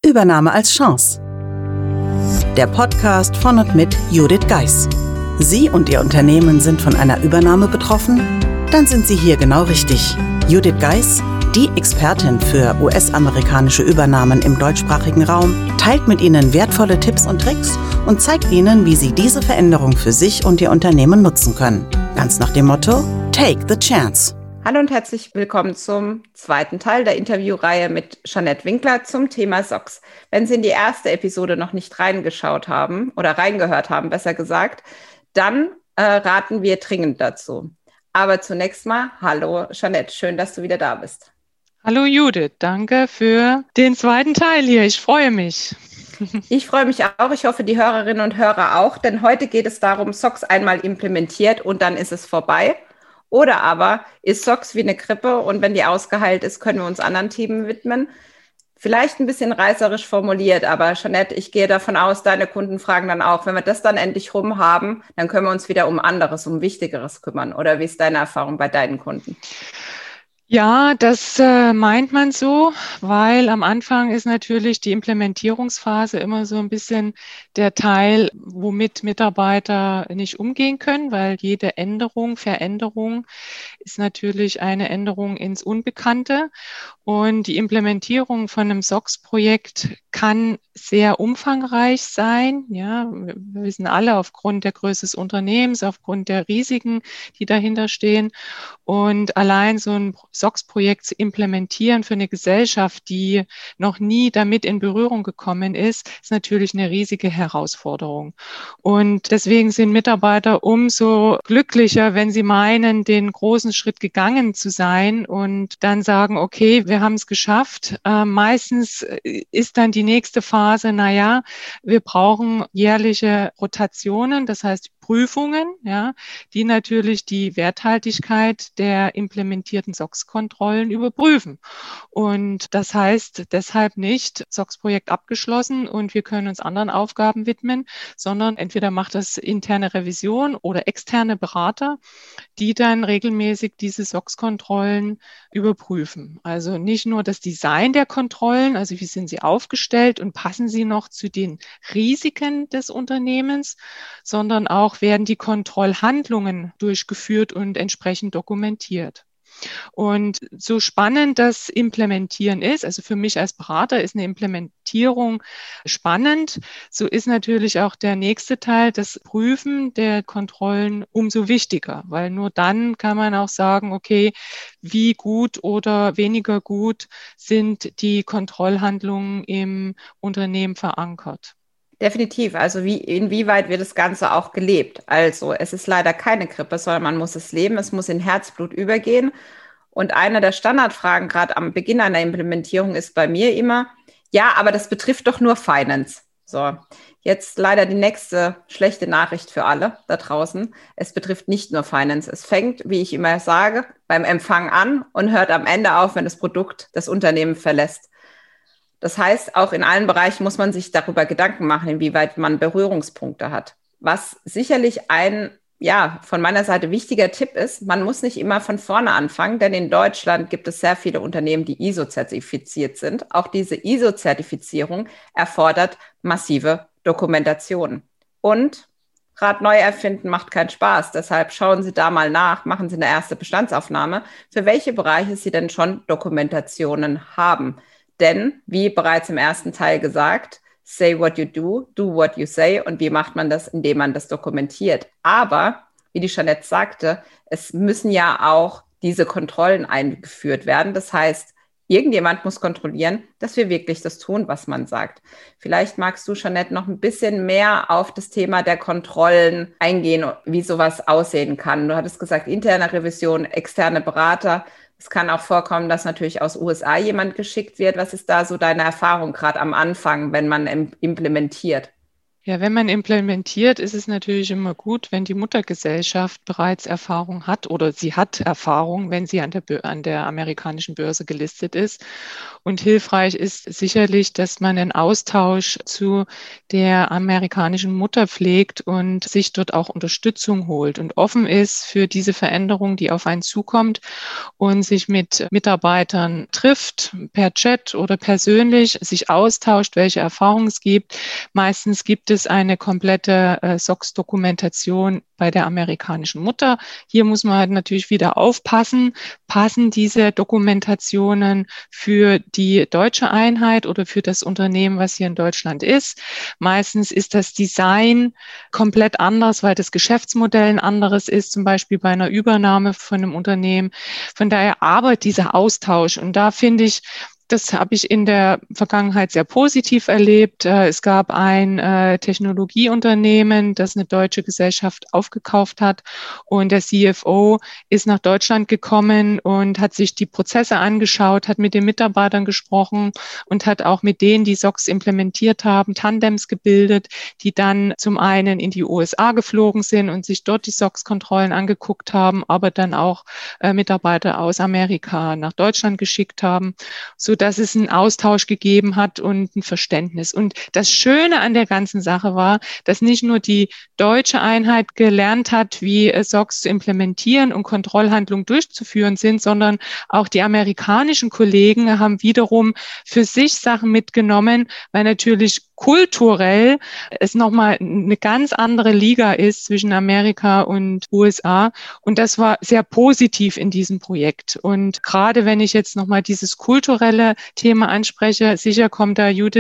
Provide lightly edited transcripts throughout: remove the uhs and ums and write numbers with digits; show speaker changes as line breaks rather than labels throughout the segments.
Übernahme als Chance. Der Podcast von und mit Judith Geis. Sie und Ihr Unternehmen sind von einer Übernahme betroffen? Dann sind Sie hier genau richtig. Judith Geis, die Expertin für US-amerikanische Übernahmen im deutschsprachigen Raum, teilt mit Ihnen wertvolle Tipps und Tricks und zeigt Ihnen, wie Sie diese Veränderung für sich und Ihr Unternehmen nutzen können. Ganz nach dem Motto: Take the chance.
Hallo und herzlich willkommen zum zweiten Teil der Interviewreihe mit Jeanette Winkler zum Thema SOX. Wenn Sie in die erste Episode noch nicht reingeschaut haben oder reingehört haben, besser gesagt, dann raten wir dringend dazu. Aber zunächst mal, hallo Jeanette, schön, dass du wieder da bist.
Hallo Judith, danke für den zweiten Teil hier. Ich freue mich.
Ich freue mich auch. Ich hoffe, die Hörerinnen und Hörer auch, denn heute geht es darum, SOX einmal implementiert und dann ist es vorbei. Oder aber ist SOX wie eine Grippe und wenn die ausgeheilt ist, können wir uns anderen Themen widmen. Vielleicht ein bisschen reißerisch formuliert, aber Jeanette, ich gehe davon aus, deine Kunden fragen dann auch, wenn wir das dann endlich rum haben, dann können wir uns wieder um anderes, um Wichtigeres kümmern. Oder wie ist deine Erfahrung bei deinen Kunden?
Ja, das meint man so, weil am Anfang ist natürlich die Implementierungsphase immer so ein bisschen der Teil, womit Mitarbeiter nicht umgehen können, weil jede Veränderung ist natürlich eine Änderung ins Unbekannte. Und die Implementierung von einem SOX-Projekt kann sehr umfangreich sein. Ja, wir wissen alle aufgrund der Größe des Unternehmens, aufgrund der Risiken, die dahinter stehen. Und allein so ein SOX-Projekt zu implementieren für eine Gesellschaft, die noch nie damit in Berührung gekommen ist natürlich eine riesige Herausforderung. Und deswegen sind Mitarbeiter umso glücklicher, wenn sie meinen, den großen Schritt gegangen zu sein und dann sagen, okay, wir haben es geschafft. Meistens ist dann die nächste Phase, wir brauchen jährliche Rotationen, das heißt Prüfungen, ja, die natürlich die Werthaltigkeit der implementierten SOX-Kontrollen überprüfen. Und das heißt deshalb nicht SOX-Projekt abgeschlossen und wir können uns anderen Aufgaben widmen, sondern entweder macht das interne Revision oder externe Berater, die dann regelmäßig diese SOX-Kontrollen überprüfen. Also nicht nur das Design der Kontrollen, also wie sind sie aufgestellt und passen sie noch zu den Risiken des Unternehmens, sondern auch werden die Kontrollhandlungen durchgeführt und entsprechend dokumentiert. Und so spannend das Implementieren ist, also für mich als Berater ist eine Implementierung spannend, so ist natürlich auch der nächste Teil, das Prüfen der Kontrollen, umso wichtiger, weil nur dann kann man auch sagen, okay, wie gut oder weniger gut sind die Kontrollhandlungen im Unternehmen verankert.
Definitiv. Also inwieweit wird das Ganze auch gelebt? Also es ist leider keine Grippe, sondern man muss es leben. Es muss in Herzblut übergehen. Und eine der Standardfragen gerade am Beginn einer Implementierung ist bei mir immer, ja, aber das betrifft doch nur Finance. So, jetzt leider die nächste schlechte Nachricht für alle da draußen. Es betrifft nicht nur Finance. Es fängt, wie ich immer sage, beim Empfang an und hört am Ende auf, wenn das Produkt das Unternehmen verlässt. Das heißt, auch in allen Bereichen muss man sich darüber Gedanken machen, inwieweit man Berührungspunkte hat. Was sicherlich von meiner Seite wichtiger Tipp ist, man muss nicht immer von vorne anfangen, denn in Deutschland gibt es sehr viele Unternehmen, die ISO-zertifiziert sind. Auch diese ISO-Zertifizierung erfordert massive Dokumentation. Und Rad neu erfinden macht keinen Spaß. Deshalb schauen Sie da mal nach, machen Sie eine erste Bestandsaufnahme, für welche Bereiche Sie denn schon Dokumentationen haben. Denn, wie bereits im ersten Teil gesagt, say what you do, do what you say. Und wie macht man das? Indem man das dokumentiert. Aber, wie die Jeanette sagte, es müssen ja auch diese Kontrollen eingeführt werden. Das heißt, irgendjemand muss kontrollieren, dass wir wirklich das tun, was man sagt. Vielleicht magst du, Jeanette, noch ein bisschen mehr auf das Thema der Kontrollen eingehen, wie sowas aussehen kann. Du hattest gesagt, interne Revision, externe Berater. Es kann auch vorkommen, dass natürlich aus USA jemand geschickt wird. Was ist da so deine Erfahrung gerade am Anfang, wenn man implementiert?
Ja, wenn man implementiert, ist es natürlich immer gut, wenn die Muttergesellschaft bereits Erfahrung hat oder sie hat Erfahrung, wenn sie an der amerikanischen Börse gelistet ist. Und hilfreich ist sicherlich, dass man einen Austausch zu der amerikanischen Mutter pflegt und sich dort auch Unterstützung holt und offen ist für diese Veränderung, die auf einen zukommt und sich mit Mitarbeitern trifft, per Chat oder persönlich, sich austauscht, welche Erfahrungen es gibt. Meistens gibt es eine komplette SOX-Dokumentation bei der amerikanischen Mutter. Hier muss man halt natürlich wieder aufpassen, passen diese Dokumentationen für die deutsche Einheit oder für das Unternehmen, was hier in Deutschland ist. Meistens ist das Design komplett anders, weil das Geschäftsmodell ein anderes ist, zum Beispiel bei einer Übernahme von einem Unternehmen. Von daher arbeitet dieser Austausch. Und da finde ich, das habe ich in der Vergangenheit sehr positiv erlebt. Es gab ein Technologieunternehmen, das eine deutsche Gesellschaft aufgekauft hat. Und der CFO ist nach Deutschland gekommen und hat sich die Prozesse angeschaut, hat mit den Mitarbeitern gesprochen und hat auch mit denen, die SOX implementiert haben, Tandems gebildet, die dann zum einen in die USA geflogen sind und sich dort die SOX-Kontrollen angeguckt haben, aber dann auch Mitarbeiter aus Amerika nach Deutschland geschickt haben, so dass es einen Austausch gegeben hat und ein Verständnis. Und das Schöne an der ganzen Sache war, dass nicht nur die deutsche Einheit gelernt hat, wie SOX zu implementieren und Kontrollhandlungen durchzuführen sind, sondern auch die amerikanischen Kollegen haben wiederum für sich Sachen mitgenommen, weil natürlich kulturell es nochmal eine ganz andere Liga ist zwischen Amerika und USA. Und das war sehr positiv in diesem Projekt. Und gerade wenn ich jetzt nochmal dieses kulturelle Thema anspreche, sicher kommst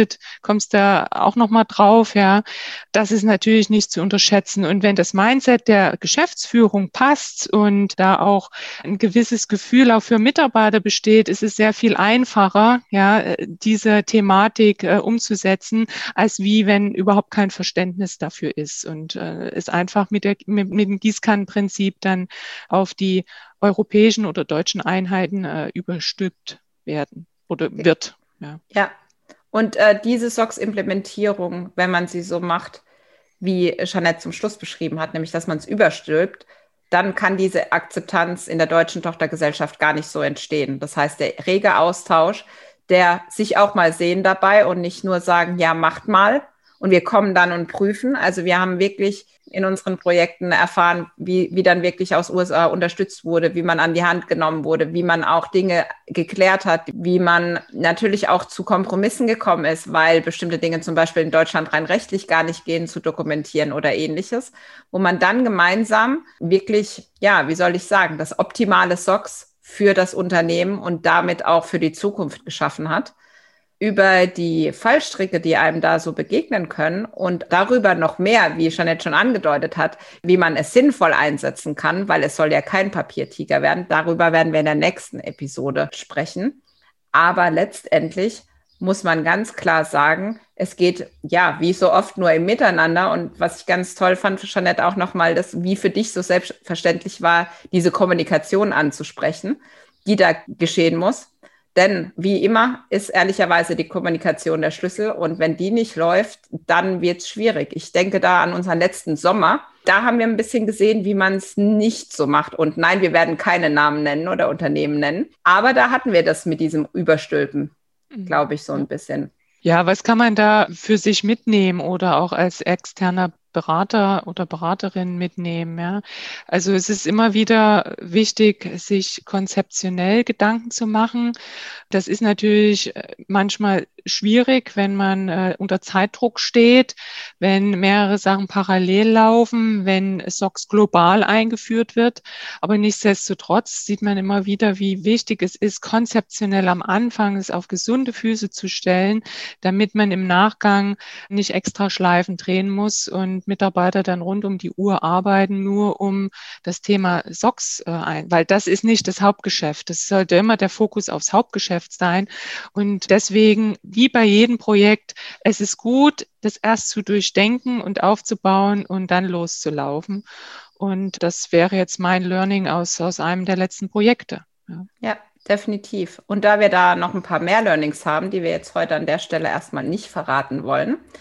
da auch nochmal drauf, ja. Das ist natürlich nicht zu unterschätzen. Und wenn das Mindset der Geschäftsführung passt und da auch ein gewisses Gefühl auch für Mitarbeiter besteht, ist es sehr viel einfacher, ja, diese Thematik umzusetzen, als wie wenn überhaupt kein Verständnis dafür ist und es einfach mit dem Gießkannenprinzip dann auf die europäischen oder deutschen Einheiten überstülpt werden oder wird. Ja,
ja. Und diese SOX-Implementierung, wenn man sie so macht, wie Jeanette zum Schluss beschrieben hat, nämlich dass man es überstülpt, dann kann diese Akzeptanz in der deutschen Tochtergesellschaft gar nicht so entstehen. Das heißt, der rege Austausch, der sich auch mal sehen dabei und nicht nur sagen, ja, macht mal und wir kommen dann und prüfen. Also wir haben wirklich in unseren Projekten erfahren, wie dann wirklich aus USA unterstützt wurde, wie man an die Hand genommen wurde, wie man auch Dinge geklärt hat, wie man natürlich auch zu Kompromissen gekommen ist, weil bestimmte Dinge zum Beispiel in Deutschland rein rechtlich gar nicht gehen, zu dokumentieren oder ähnliches, wo man dann gemeinsam wirklich, ja, wie soll ich sagen, das optimale SOX für das Unternehmen und damit auch für die Zukunft geschaffen hat. Über die Fallstricke, die einem da so begegnen können und darüber noch mehr, wie Jeanette schon angedeutet hat, wie man es sinnvoll einsetzen kann, weil es soll ja kein Papiertiger werden. Darüber werden wir in der nächsten Episode sprechen. Aber letztendlich muss man ganz klar sagen, es geht ja wie so oft nur im Miteinander. Und was ich ganz toll fand, Jeanette, auch nochmal, wie für dich so selbstverständlich war, diese Kommunikation anzusprechen, die da geschehen muss. Denn wie immer ist ehrlicherweise die Kommunikation der Schlüssel. Und wenn die nicht läuft, dann wird es schwierig. Ich denke da an unseren letzten Sommer. Da haben wir ein bisschen gesehen, wie man es nicht so macht. Und nein, wir werden keine Namen nennen oder Unternehmen nennen. Aber da hatten wir das mit diesem Überstülpen, glaube ich, so ein bisschen.
Ja, was kann man da für sich mitnehmen oder auch als externer Berater oder Beraterin mitnehmen, ja. Also es ist immer wieder wichtig, sich konzeptionell Gedanken zu machen. Das ist natürlich manchmal schwierig, wenn man unter Zeitdruck steht, wenn mehrere Sachen parallel laufen, wenn SOX global eingeführt wird. Aber nichtsdestotrotz sieht man immer wieder, wie wichtig es ist, konzeptionell am Anfang es auf gesunde Füße zu stellen, damit man im Nachgang nicht extra Schleifen drehen muss und Mitarbeiter dann rund um die Uhr arbeiten, nur um das Thema SOX weil das ist nicht das Hauptgeschäft. Das sollte immer der Fokus aufs Hauptgeschäft sein. Und deswegen, wie bei jedem Projekt, es ist gut, das erst zu durchdenken und aufzubauen und dann loszulaufen. Und das wäre jetzt mein Learning aus einem der letzten Projekte.
Ja, definitiv. Und da wir da noch ein paar mehr Learnings haben, die wir jetzt heute an der Stelle erstmal nicht verraten wollen,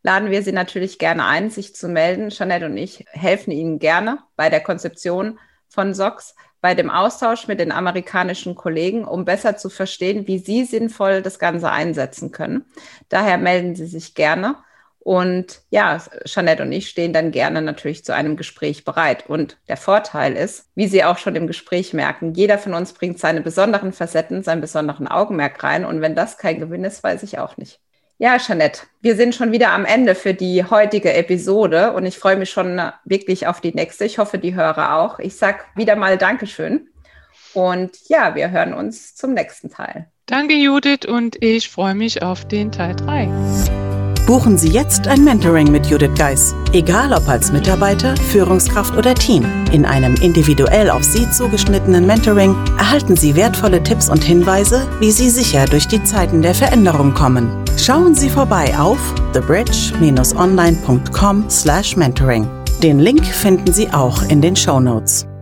laden wir Sie natürlich gerne ein, sich zu melden. Jeanette und ich helfen Ihnen gerne bei der Konzeption von SOX, bei dem Austausch mit den amerikanischen Kollegen, um besser zu verstehen, wie Sie sinnvoll das Ganze einsetzen können. Daher melden Sie sich gerne. Und ja, Jeanette und ich stehen dann gerne natürlich zu einem Gespräch bereit. Und der Vorteil ist, wie Sie auch schon im Gespräch merken, jeder von uns bringt seine besonderen Facetten, seinen besonderen Augenmerk rein. Und wenn das kein Gewinn ist, weiß ich auch nicht. Ja, Jeanette, wir sind schon wieder am Ende für die heutige Episode und ich freue mich schon wirklich auf die nächste. Ich hoffe, die Hörer auch. Ich sage wieder mal Dankeschön und ja, wir hören uns zum nächsten Teil.
Danke, Judith, und ich freue mich auf den Teil 3.
Buchen Sie jetzt ein Mentoring mit Judith Geis. Egal ob als Mitarbeiter, Führungskraft oder Team. In einem individuell auf Sie zugeschnittenen Mentoring erhalten Sie wertvolle Tipps und Hinweise, wie Sie sicher durch die Zeiten der Veränderung kommen. Schauen Sie vorbei auf thebridge-online.com/mentoring. Den Link finden Sie auch in den Shownotes.